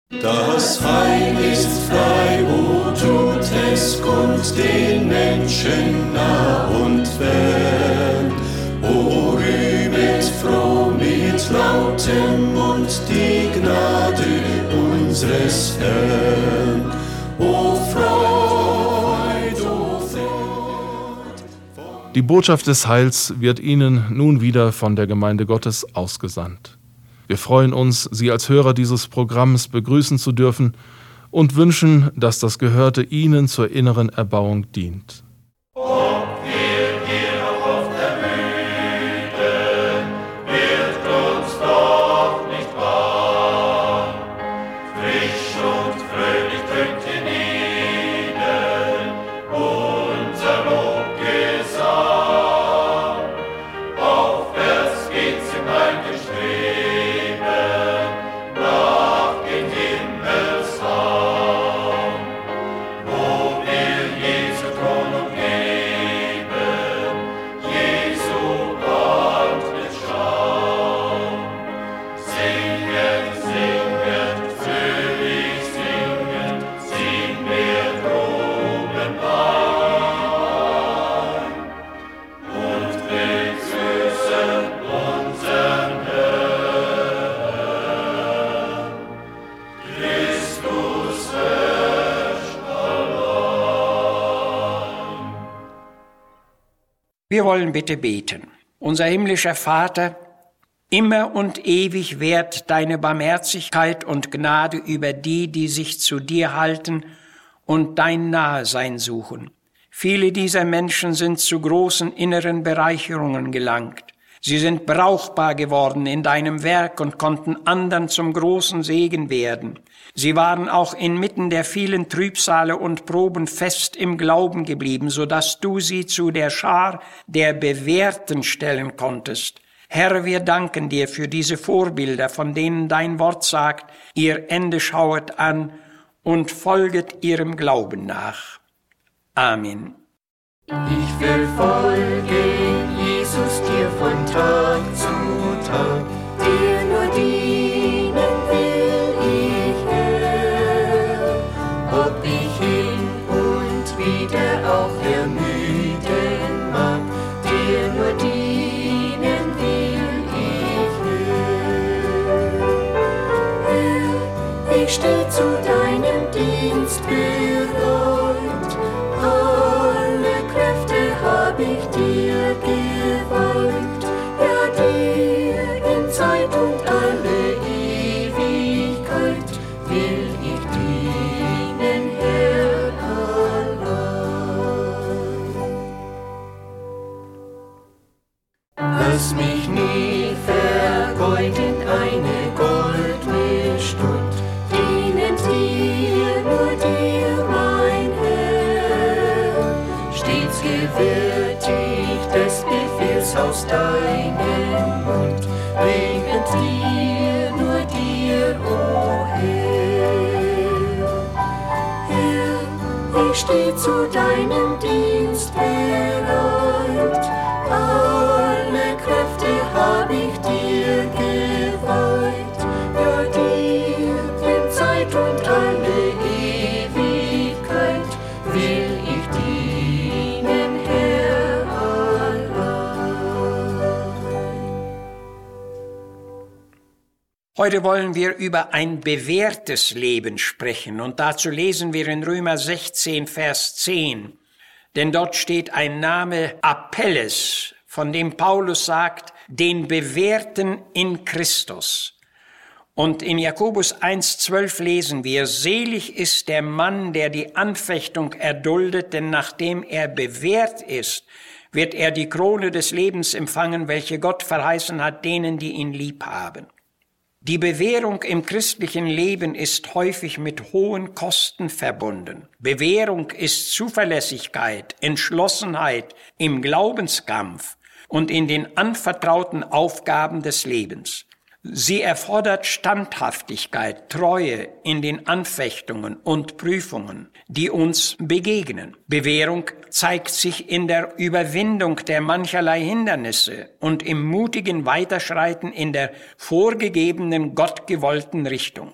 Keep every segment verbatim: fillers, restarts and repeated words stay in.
Das Heil ist frei, o tut es kund den Menschen nah und fern. O rühmet froh mit lautem Mund die Gnade unseres Herrn. O Freud, o Freud. Die Botschaft des Heils wird Ihnen nun wieder von der Gemeinde Gottes ausgesandt. Wir freuen uns, Sie als Hörer dieses Programms begrüßen zu dürfen und wünschen, dass das Gehörte Ihnen zur inneren Erbauung dient. Ob wir hier noch oft ermüden, wird uns doch nicht wahr. Frisch und fröhlich tönt in ihnen unser Lobgesang. Aufwärts geht's im heiligen Streben. Wir wollen bitte beten. Unser himmlischer Vater, immer und ewig währt deine Barmherzigkeit und Gnade über die, die sich zu dir halten und dein Nahesein suchen. Viele dieser Menschen sind zu großen inneren Bereicherungen gelangt. Sie sind brauchbar geworden in deinem Werk und konnten anderen zum großen Segen werden. Sie waren auch inmitten der vielen Trübsale und Proben fest im Glauben geblieben, so dass du sie zu der Schar der Bewährten stellen konntest. Herr, wir danken dir für diese Vorbilder, von denen dein Wort sagt, ihr Ende schauet an und folget ihrem Glauben nach. Amen. Ich will folgen, Jesus, dir von Tag zu Tag, dir nur dienen will ich, Herr. Ob ich hin und wieder auch ermüden mag, dir nur dienen will ich, Herr. Herr, ich steh zu deinem Dienst bereit, alle Kräfte hab ich dir geweiht, ja dir in Zeit und alle Ewigkeit will ich dienen, Herr, allein. Lass mich nie vergeuden eine Goldmischstund, dienend dir, nur dir, mein Herr, stets gewürdig des Befehls aus deinem Mund, wegend dir, nur dir, o Herr. Herr, ich steh zu deinem Dienst bereit, alle Kräfte hab ich dir geweiht, ja dir in Zeit und alle Ewigkeit will ich dienen, Herr, allein. Heute wollen wir über ein bewährtes Leben sprechen und dazu lesen wir in Römer sechzehn, Vers zehn. Denn dort steht ein Name Apelles, von dem Paulus sagt, den Bewährten in Christus. Und in Jakobus eins, zwölf lesen wir, selig ist der Mann, der die Anfechtung erduldet, denn nachdem er bewährt ist, wird er die Krone des Lebens empfangen, welche Gott verheißen hat, denen, die ihn lieb haben. Die Bewährung im christlichen Leben ist häufig mit hohen Kosten verbunden. Bewährung ist Zuverlässigkeit, Entschlossenheit im Glaubenskampf und in den anvertrauten Aufgaben des Lebens. Sie erfordert Standhaftigkeit, Treue in den Anfechtungen und Prüfungen, die uns begegnen. Bewährung zeigt sich in der Überwindung der mancherlei Hindernisse und im mutigen Weiterschreiten in der vorgegebenen, gottgewollten Richtung.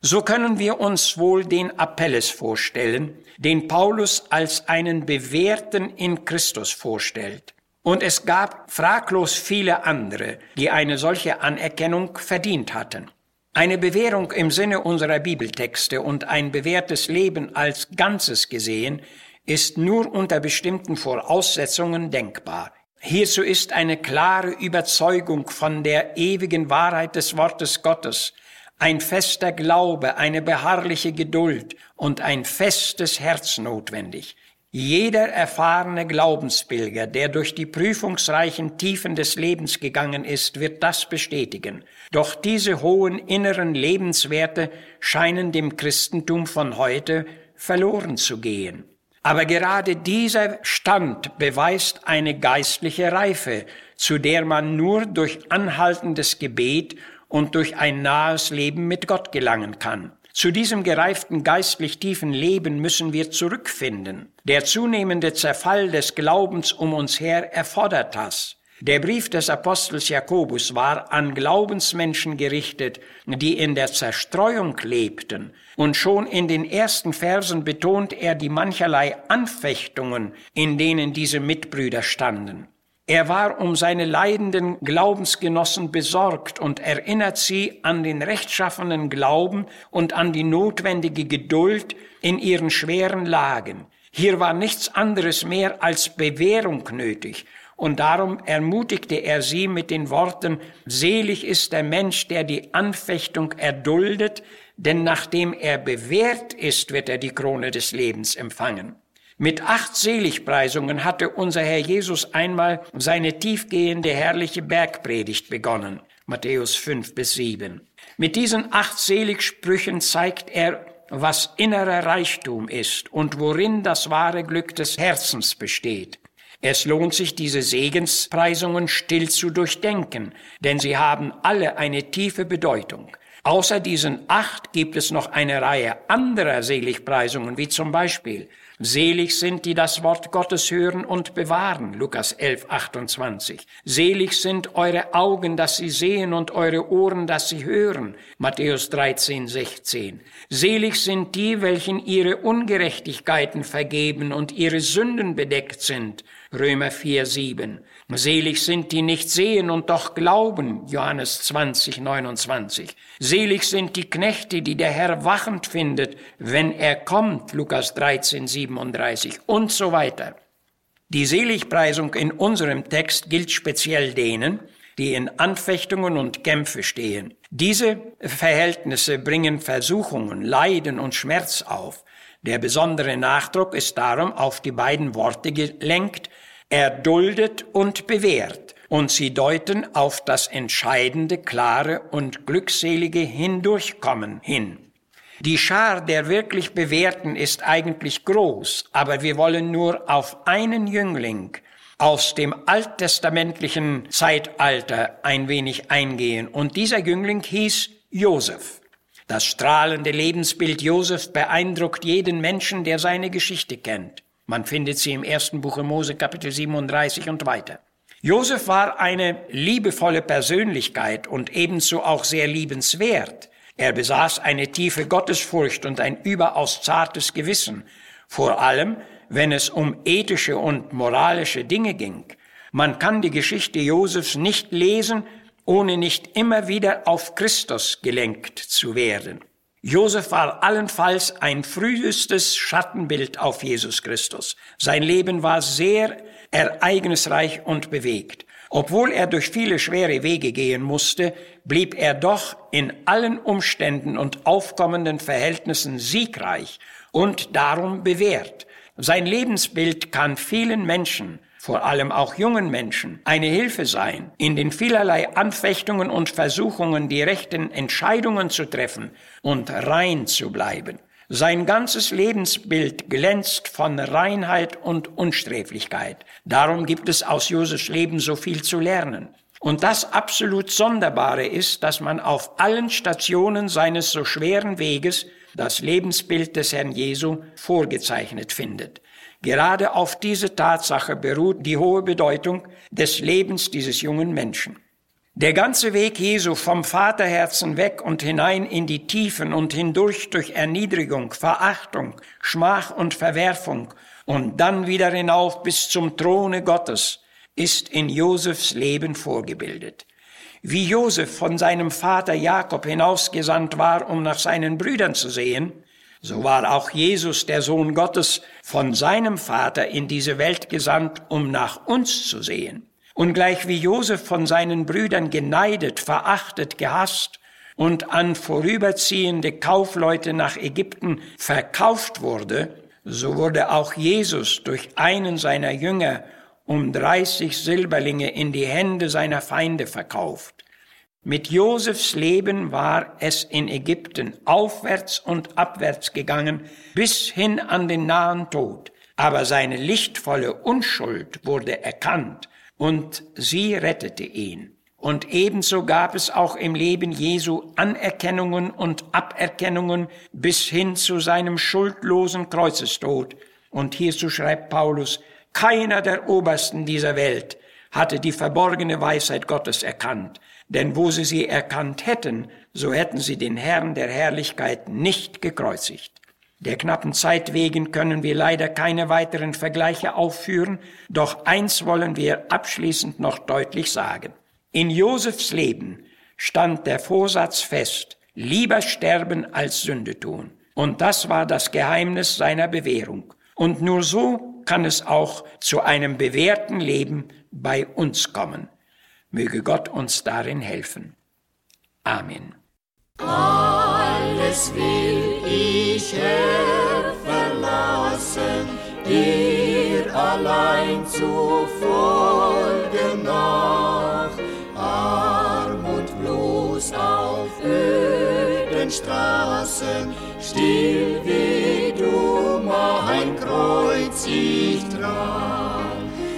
So können wir uns wohl den Apelles vorstellen, den Paulus als einen Bewährten in Christus vorstellt. Und es gab fraglos viele andere, die eine solche Anerkennung verdient hatten. Eine Bewährung im Sinne unserer Bibeltexte und ein bewährtes Leben als Ganzes gesehen, ist nur unter bestimmten Voraussetzungen denkbar. Hierzu ist eine klare Überzeugung von der ewigen Wahrheit des Wortes Gottes, ein fester Glaube, eine beharrliche Geduld und ein festes Herz notwendig. Jeder erfahrene Glaubenspilger, der durch die prüfungsreichen Tiefen des Lebens gegangen ist, wird das bestätigen. Doch diese hohen inneren Lebenswerte scheinen dem Christentum von heute verloren zu gehen. Aber gerade dieser Stand beweist eine geistliche Reife, zu der man nur durch anhaltendes Gebet und durch ein nahes Leben mit Gott gelangen kann. Zu diesem gereiften geistlich tiefen Leben müssen wir zurückfinden. Der zunehmende Zerfall des Glaubens um uns her erfordert das. Der Brief des Apostels Jakobus war an Glaubensmenschen gerichtet, die in der Zerstreuung lebten. Und schon in den ersten Versen betont er die mancherlei Anfechtungen, in denen diese Mitbrüder standen. Er war um seine leidenden Glaubensgenossen besorgt und erinnert sie an den rechtschaffenen Glauben und an die notwendige Geduld in ihren schweren Lagen. Hier war nichts anderes mehr als Bewährung nötig, und darum ermutigte er sie mit den Worten: Selig ist der Mensch, der die Anfechtung erduldet, denn nachdem er bewährt ist, wird er die Krone des Lebens empfangen. Mit acht Seligpreisungen hatte unser Herr Jesus einmal seine tiefgehende, herrliche Bergpredigt begonnen. Matthäus fünf bis sieben. Mit diesen acht Seligsprüchen zeigt er, was innerer Reichtum ist und worin das wahre Glück des Herzens besteht. Es lohnt sich, diese Segenspreisungen still zu durchdenken, denn sie haben alle eine tiefe Bedeutung. Außer diesen acht gibt es noch eine Reihe anderer Seligpreisungen, wie zum Beispiel: Selig sind, die das Wort Gottes hören und bewahren, Lukas elf, achtundzwanzig. Selig sind eure Augen, dass sie sehen, und eure Ohren, dass sie hören, Matthäus dreizehn, sechzehn. Selig sind die, welchen ihre Ungerechtigkeiten vergeben und ihre Sünden bedeckt sind, Römer vier, sieben. Selig sind, die nicht sehen und doch glauben, Johannes zwanzig, neunundzwanzig. Selig sind die Knechte, die der Herr wachend findet, wenn er kommt, Lukas dreizehn, siebenunddreißig und so weiter. Die Seligpreisung in unserem Text gilt speziell denen, die in Anfechtungen und Kämpfe stehen. Diese Verhältnisse bringen Versuchungen, Leiden und Schmerz auf. Der besondere Nachdruck ist darum auf die beiden Worte gelenkt: erduldet und bewährt, und sie deuten auf das entscheidende, klare und glückselige Hindurchkommen hin. Die Schar der wirklich Bewährten ist eigentlich groß, aber wir wollen nur auf einen Jüngling aus dem alttestamentlichen Zeitalter ein wenig eingehen, und dieser Jüngling hieß Josef. Das strahlende Lebensbild Josefs beeindruckt jeden Menschen, der seine Geschichte kennt. Man findet sie im ersten Buche Mose, Kapitel siebenunddreißig und weiter. Josef war eine liebevolle Persönlichkeit und ebenso auch sehr liebenswert. Er besaß eine tiefe Gottesfurcht und ein überaus zartes Gewissen, vor allem wenn es um ethische und moralische Dinge ging. Man kann die Geschichte Josefs nicht lesen, ohne nicht immer wieder auf Christus gelenkt zu werden. Josef war allenfalls ein frühestes Schattenbild auf Jesus Christus. Sein Leben war sehr ereignisreich und bewegt. Obwohl er durch viele schwere Wege gehen musste, blieb er doch in allen Umständen und aufkommenden Verhältnissen siegreich und darum bewährt. Sein Lebensbild kann vielen Menschen, vor allem auch jungen Menschen, eine Hilfe sein, in den vielerlei Anfechtungen und Versuchungen die rechten Entscheidungen zu treffen und rein zu bleiben. Sein ganzes Lebensbild glänzt von Reinheit und Unsträflichkeit. Darum gibt es aus Josefs Leben so viel zu lernen. Und das absolut Sonderbare ist, dass man auf allen Stationen seines so schweren Weges das Lebensbild des Herrn Jesu vorgezeichnet findet. Gerade auf diese Tatsache beruht die hohe Bedeutung des Lebens dieses jungen Menschen. Der ganze Weg Jesu vom Vaterherzen weg und hinein in die Tiefen und hindurch durch Erniedrigung, Verachtung, Schmach und Verwerfung und dann wieder hinauf bis zum Throne Gottes ist in Josefs Leben vorgebildet. Wie Josef von seinem Vater Jakob hinausgesandt war, um nach seinen Brüdern zu sehen, so war auch Jesus, der Sohn Gottes, von seinem Vater in diese Welt gesandt, um nach uns zu sehen. Und gleich wie Josef von seinen Brüdern geneidet, verachtet, gehasst und an vorüberziehende Kaufleute nach Ägypten verkauft wurde, so wurde auch Jesus durch einen seiner Jünger um dreißig Silberlinge in die Hände seiner Feinde verkauft. Mit Josefs Leben war es in Ägypten aufwärts und abwärts gegangen, bis hin an den nahen Tod. Aber seine lichtvolle Unschuld wurde erkannt, und sie rettete ihn. Und ebenso gab es auch im Leben Jesu Anerkennungen und Aberkennungen bis hin zu seinem schuldlosen Kreuzestod. Und hierzu schreibt Paulus: Keiner der Obersten dieser Welt hatte die verborgene Weisheit Gottes erkannt. Denn wo sie sie erkannt hätten, so hätten sie den Herrn der Herrlichkeit nicht gekreuzigt. Der knappen Zeit wegen können wir leider keine weiteren Vergleiche aufführen, doch eins wollen wir abschließend noch deutlich sagen. In Josefs Leben stand der Vorsatz fest: lieber sterben als Sünde tun. Und das war das Geheimnis seiner Bewährung. Und nur so kann es auch zu einem bewährten Leben bei uns kommen. Möge Gott uns darin helfen. Amen. Alles will ich, Herr, verlassen, dir allein zu folgen nach. Armut bloß auf öden Straßen, still wie du mein Kreuz ich trag.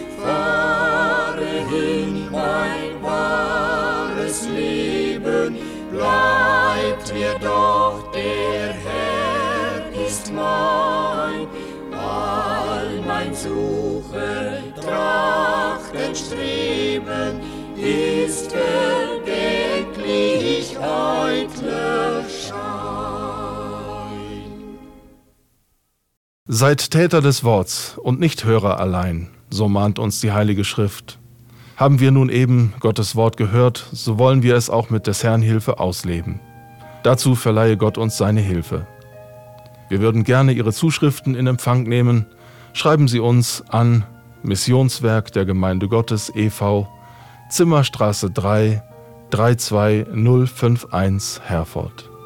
Fahre hin, mein wahres Leben, bleibt mir doch, der Herr ist mein. All mein Suchen, Trachten, Streben ist vergänglich, eitler Schein. Seid Täter des Worts und nicht Hörer allein, so mahnt uns die Heilige Schrift. Haben wir nun eben Gottes Wort gehört, so wollen wir es auch mit des Herrn Hilfe ausleben. Dazu verleihe Gott uns seine Hilfe. Wir würden gerne Ihre Zuschriften in Empfang nehmen. Schreiben Sie uns an Missionswerk der Gemeinde Gottes e V, Zimmerstraße drei, drei zwei null fünf eins, Herford.